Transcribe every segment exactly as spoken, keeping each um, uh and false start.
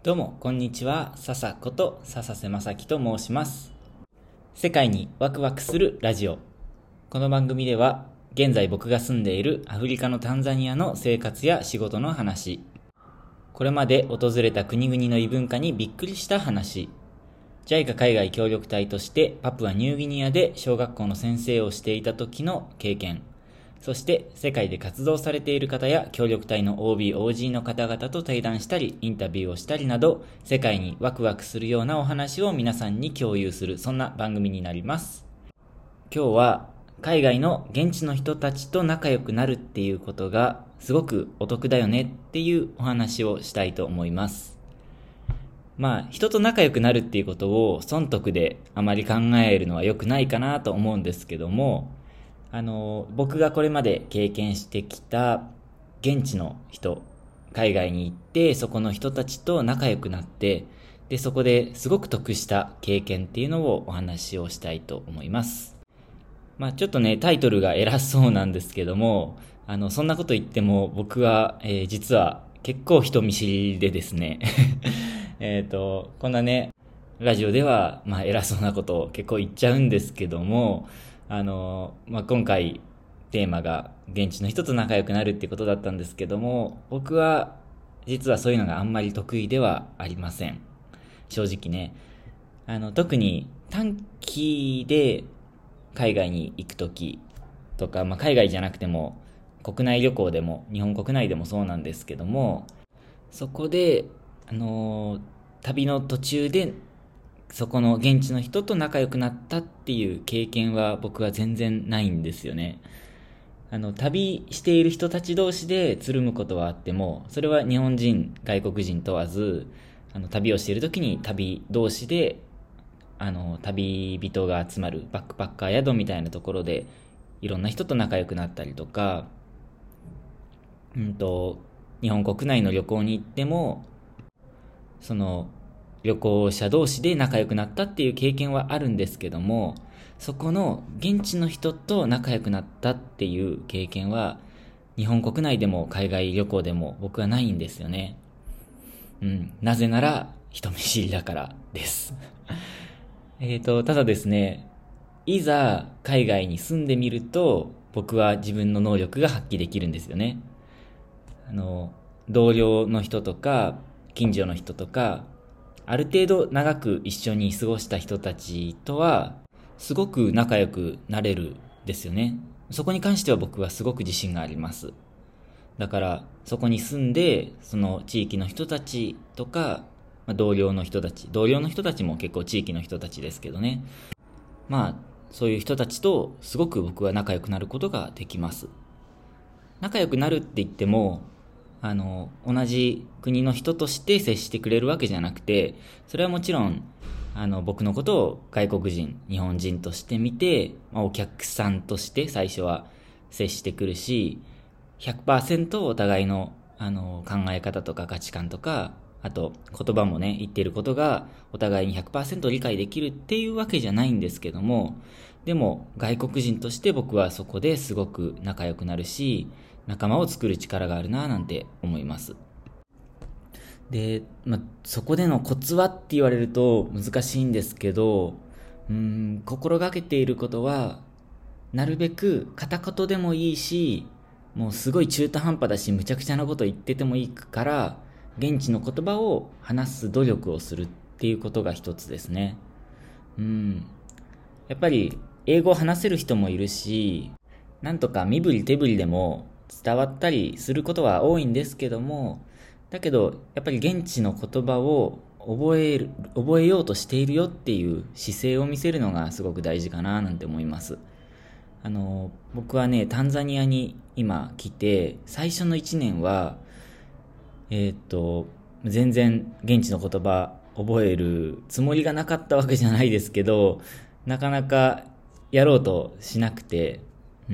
どうもこんにちは、笹こと笹瀬正樹と申します。世界にワクワクするラジオ。この番組では現在僕が住んでいるアフリカのタンザニアの生活や仕事の話、これまで訪れた国々の異文化にびっくりした話、 ジャイカ 海外協力隊としてパプアニューギニアで小学校の先生をしていた時の経験、そして世界で活動されている方や協力隊の オービー、オージー の方々と対談したりインタビューをしたりなど、世界にワクワクするようなお話を皆さんに共有する、そんな番組になります。今日は海外の現地の人たちと仲良くなるっていうことがすごくお得だよねっていうお話をしたいと思います。まあ人と仲良くなるっていうことを損得であまり考えるのは良くないかなと思うんですけども、あの僕がこれまで経験してきた現地の人、海外に行ってそこの人たちと仲良くなって、でそこですごく得した経験っていうのをお話をしたいと思います。まあちょっとねタイトルが偉そうなんですけども、あのそんなこと言っても僕は、えー、実は結構人見知りでですねえっとこんなねラジオではまあ偉そうなことを結構言っちゃうんですけども、あの、まあ、今回テーマが現地の人と仲良くなるってことだったんですけども、僕は実はそういうのがあんまり得意ではありません。正直ね。あの、特に短期で海外に行くときとか、まあ、海外じゃなくても国内旅行でも日本国内でもそうなんですけども、そこで、あの、旅の途中でそこの現地の人と仲良くなったっていう経験は僕は全然ないんですよね。あの旅している人たち同士でつるむことはあっても、それは日本人外国人問わず、あの旅をしている時に旅同士であの旅人が集まるバックパッカー宿みたいなところでいろんな人と仲良くなったりとか、うんと日本国内の旅行に行ってもその旅行者同士で仲良くなったっていう経験はあるんですけども、そこの現地の人と仲良くなったっていう経験は日本国内でも海外旅行でも僕はないんですよね。うん、なぜなら人見知りだからですえーとただですね、いざ海外に住んでみると僕は自分の能力が発揮できるんですよね。あの同僚の人とか近所の人とか、ある程度長く一緒に過ごした人たちとはすごく仲良くなれるですよね。そこに関しては僕はすごく自信があります。だからそこに住んでその地域の人たちとか、まあ、同僚の人たち同僚の人たちも結構地域の人たちですけどね、まあそういう人たちとすごく僕は仲良くなることができます。仲良くなるって言ってもあの同じ国の人として接してくれるわけじゃなくて、それはもちろんあの僕のことを外国人日本人として見て、まあ、お客さんとして最初は接してくるし、ひゃくパーセント お互いの、あの考え方とか価値観とか、あと言葉もね言っていることがお互いに ひゃくパーセント 理解できるっていうわけじゃないんですけども、でも外国人として僕はそこですごく仲良くなるし、仲間を作る力があるなぁなんて思います。で、まあ、そこでのコツはって言われると難しいんですけど、うーん心がけていることは、なるべく片言でもいいし、もうすごい中途半端だしむちゃくちゃなこと言っててもいいから現地の言葉を話す努力をするっていうことが一つですね。うんやっぱり英語を話せる人もいるし、なんとか身振り手振りでも伝わったりすることは多いんですけども、だけどやっぱり現地の言葉を覚える覚えようとしているよっていう姿勢を見せるのがすごく大事かななんて思います。あの僕はねタンザニアに今来て最初のいちねんはえーっと全然現地の言葉覚えるつもりがなかったわけじゃないですけど、なかなかやろうとしなくて、うん、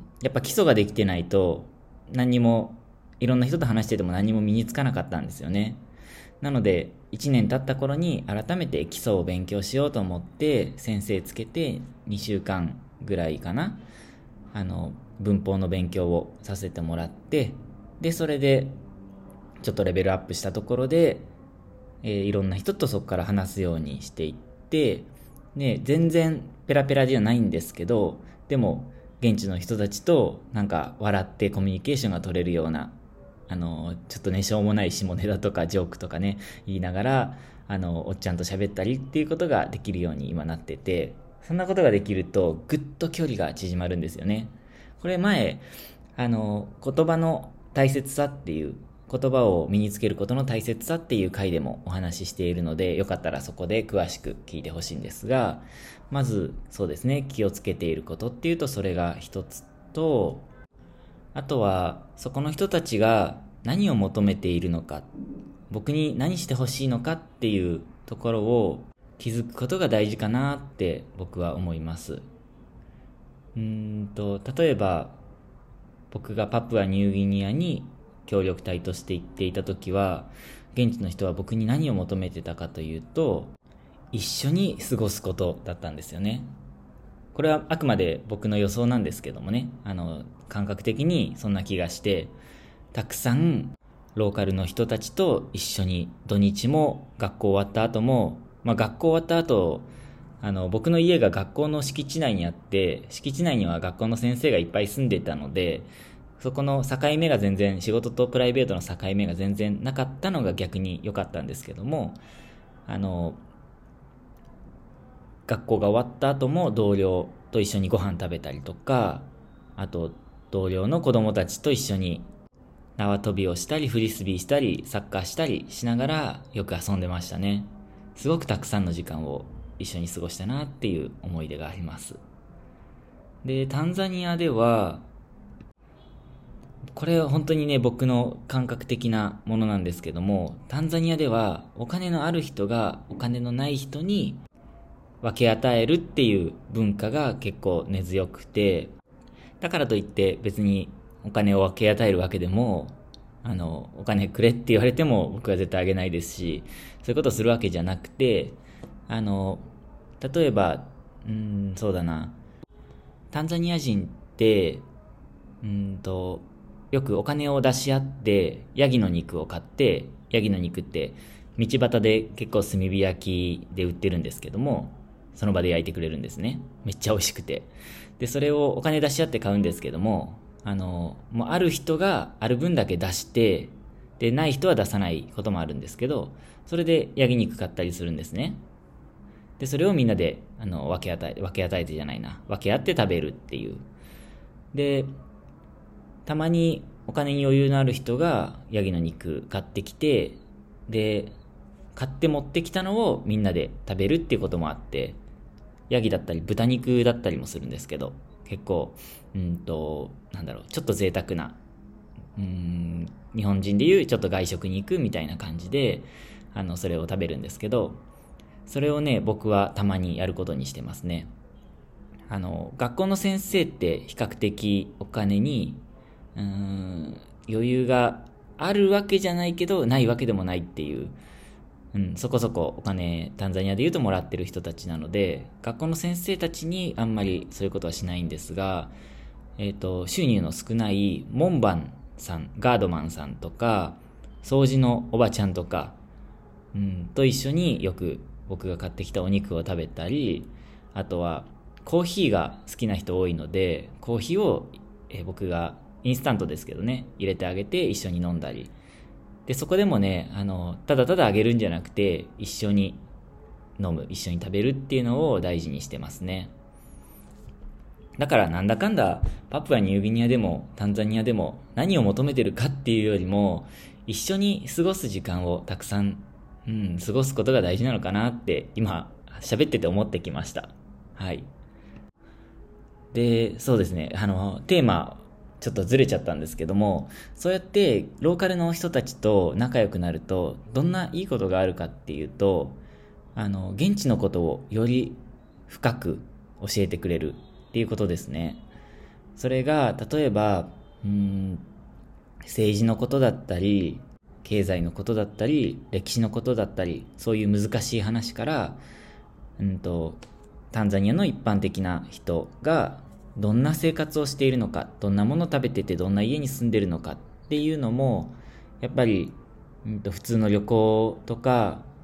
やっぱ基礎ができてないと何にも、いろんな人と話してても何も身につかなかったんですよね。なのでいちねん経った頃に改めて基礎を勉強しようと思って先生つけてにしゅうかんぐらいかな、あの文法の勉強をさせてもらって、でそれでちょっとレベルアップしたところでえーいろんな人とそこから話すようにしていって、ね、全然ペラペラじゃないんですけど、でも現地の人たちとなんか笑ってコミュニケーションが取れるような、あのちょっとねしょうもない下ネタとかジョークとかね言いながら、あのおっちゃんと喋ったりっていうことができるように今なってて、そんなことができるとぐっと距離が縮まるんですよね。これ前あの言葉の大切さっていう、言葉を身につけることの大切さっていう回でもお話ししているので、よかったらそこで詳しく聞いてほしいんですが、まずそうですね、気をつけていることっていうとそれが一つと、あとはそこの人たちが何を求めているのか、僕に何してほしいのかっていうところを気づくことが大事かなって僕は思います。うーんと例えば僕がパプアニューギニアに協力隊として行っていた時は、現地の人は僕に何を求めてたかというと、一緒に過ごすことだったんですよね。これはあくまで僕の予想なんですけどもね、あの感覚的にそんな気がして、たくさんローカルの人たちと一緒に土日も学校終わった後も、まあ、学校終わった後あの僕の家が学校の敷地内にあって、敷地内には学校の先生がいっぱい住んでたので、そこの境目が全然、仕事とプライベートの境目が全然なかったのが逆に良かったんですけども、あの学校が終わった後も同僚と一緒にご飯食べたりとか、あと同僚の子供たちと一緒に縄跳びをしたりフリスビーしたりサッカーしたりしながらよく遊んでましたね。すごくたくさんの時間を一緒に過ごしたなっていう思い出があります。で、タンザニアでは、これは本当にね僕の感覚的なものなんですけども、タンザニアではお金のある人がお金のない人に分け与えるっていう文化が結構根強くて、だからといって別にお金を分け与えるわけでも、あのお金くれって言われても僕は絶対あげないですし、そういうことをするわけじゃなくて、あの例えばうーんそうだな、タンザニア人ってうーんとよくお金を出し合ってヤギの肉を買って、ヤギの肉って道端で結構炭火焼きで売ってるんですけども、その場で焼いてくれるんですね。めっちゃ美味しくて、でそれをお金出し合って買うんですけども、あのもうある人がある分だけ出して、でない人は出さないこともあるんですけど、それでヤギ肉買ったりするんですね。でそれをみんなであの分け与え分け与えてじゃないな分け合って食べるっていう。でたまにお金に余裕のある人がヤギの肉買ってきて、で買って持ってきたのをみんなで食べるっていうこともあって、ヤギだったり豚肉だったりもするんですけど、結構うんとなんだろう、ちょっと贅沢な、うーん日本人でいうちょっと外食に行くみたいな感じで、あのそれを食べるんですけど、それをね僕はたまにやることにしてますね。あの学校の先生って比較的お金にうーん余裕があるわけじゃないけどないわけでもないっていう、うん、そこそこお金タンザニアでいうともらってる人たちなので、学校の先生たちにあんまりそういうことはしないんですが、えーと、収入の少ない門番さん、ガードマンさんとか掃除のおばちゃんとか、うん、と一緒によく僕が買ってきたお肉を食べたり、あとはコーヒーが好きな人多いので、コーヒーを、えー僕がインスタントですけどね入れてあげて一緒に飲んだり、でそこでもね、あのただただあげるんじゃなくて一緒に飲む、一緒に食べるっていうのを大事にしてますね。だからなんだかんだパプアニューギニアでもタンザニアでも何を求めてるかっていうよりも、一緒に過ごす時間をたくさん、うん、過ごすことが大事なのかなって今喋ってて思ってきました。はい。でそうですね、あのテーマちょっとずれちゃったんですけども、そうやってローカルの人たちと仲良くなるとどんないいことがあるかっていうと、あの現地のことをより深く教えてくれるっていうことですね。それが例えばうーん政治のことだったり経済のことだったり歴史のことだったり、そういう難しい話から、うんとタンザニアの一般的な人がどんな生活をしているのか、どんなものを食べててどんな家に住んでるのかっていうのも、やっぱり、うんと普通の旅行とか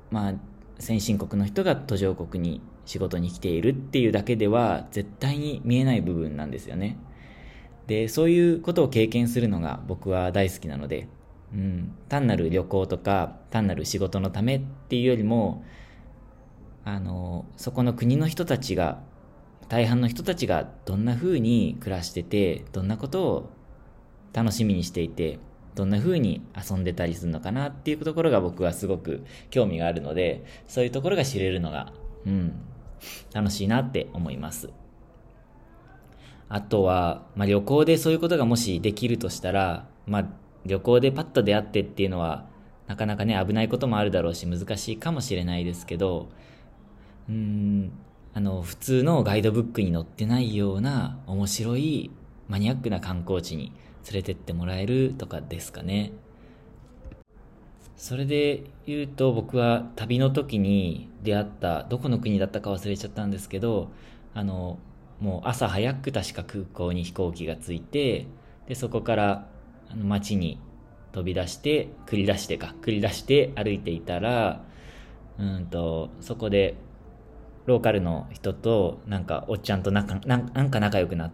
まあ、先進国の人が途上国に仕事に来ているっていうだけでは絶対に見えない部分なんですよね。で、そういうことを経験するのが僕は大好きなので、うん、単なる旅行とか単なる仕事のためっていうよりも、あのそこの国の人たちが、大半の人たちがどんな風に暮らしてて、どんなことを楽しみにしていて、どんな風に遊んでたりするのかなっていうところが僕はすごく興味があるので、そういうところが知れるのが、うん、楽しいなって思います。あとは、まあ、旅行でそういうことがもしできるとしたら、まあ、旅行でパッと出会ってっていうのはなかなかね、危ないこともあるだろうし難しいかもしれないですけど、うーんあの普通のガイドブックに載ってないような面白いマニアックな観光地に連れてってもらえるとかですかね。それで言うと、僕は旅の時に出会った、どこの国だったか忘れちゃったんですけど、あのもう朝早く確か空港に飛行機が着いて、でそこからあの街に飛び出して繰り出してか繰り出して歩いていたら、うんとそこでローカルの人となんかおっちゃんと仲なんなんか仲良くなって、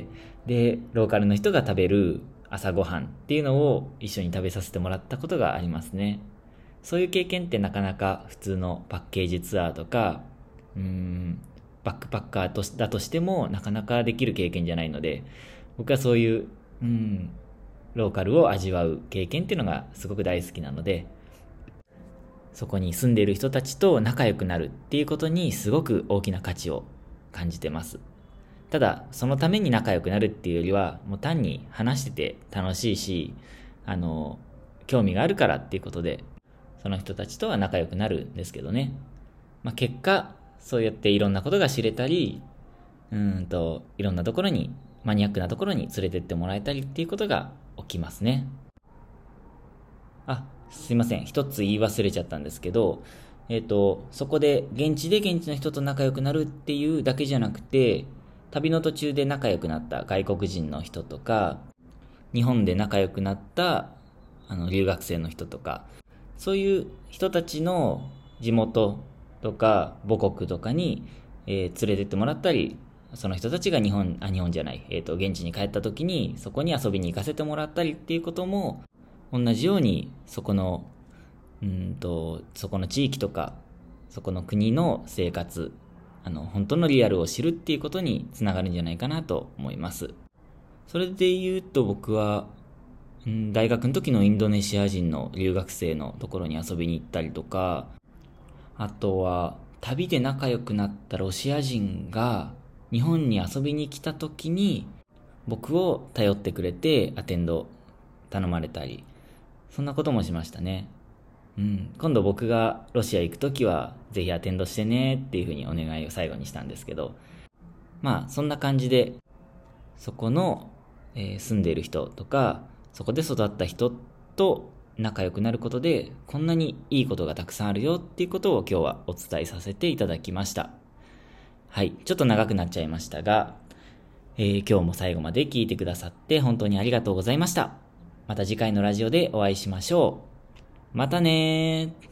でローカルの人が食べる朝ごはんっていうのを一緒に食べさせてもらったことがありますね。そういう経験ってなかなか普通のパッケージツアーとか、うーんバックパッカーとしだとしてもなかなかできる経験じゃないので、僕はそういう、うん、ローカルを味わう経験っていうのがすごく大好きなので、そこに住んでいる人たちと仲良くなるっていうことにすごく大きな価値を感じてます。ただそのために仲良くなるっていうよりは、もう単に話してて楽しいし、あの興味があるからっていうことでその人たちとは仲良くなるんですけどね。まあ、結果そうやっていろんなことが知れたり、うーんといろんなところに、マニアックなところに連れてってもらえたりっていうことが起きますね。あ、すいません。一つ言い忘れちゃったんですけど、えっと、そこで現地で現地の人と仲良くなるっていうだけじゃなくて、旅の途中で仲良くなった外国人の人とか、日本で仲良くなったあの留学生の人とか、そういう人たちの地元とか母国とかに、えー連れてってもらったり、その人たちが日本、あ、日本じゃない、えっと、現地に帰った時にそこに遊びに行かせてもらったりっていうことも、同じようにそこの、うんと、そこの地域とか、そこの国の生活、あの、本当のリアルを知るっていうことにつながるんじゃないかなと思います。それで言うと僕は、うん、大学の時のインドネシア人の留学生のところに遊びに行ったりとか、あとは旅で仲良くなったロシア人が日本に遊びに来た時に僕を頼ってくれてアテンド頼まれたり、そんなこともしましたね。うん、今度僕がロシア行く時はぜひアテンドしてねっていうふうにお願いを最後にしたんですけど、まあそんな感じで、そこの、えー住んでいる人とかそこで育った人と仲良くなることで、こんなにいいことがたくさんあるよっていうことを今日はお伝えさせていただきました。はい、ちょっと長くなっちゃいましたが、えー今日も最後まで聞いてくださって本当にありがとうございました。また次回のラジオでお会いしましょう。またねー。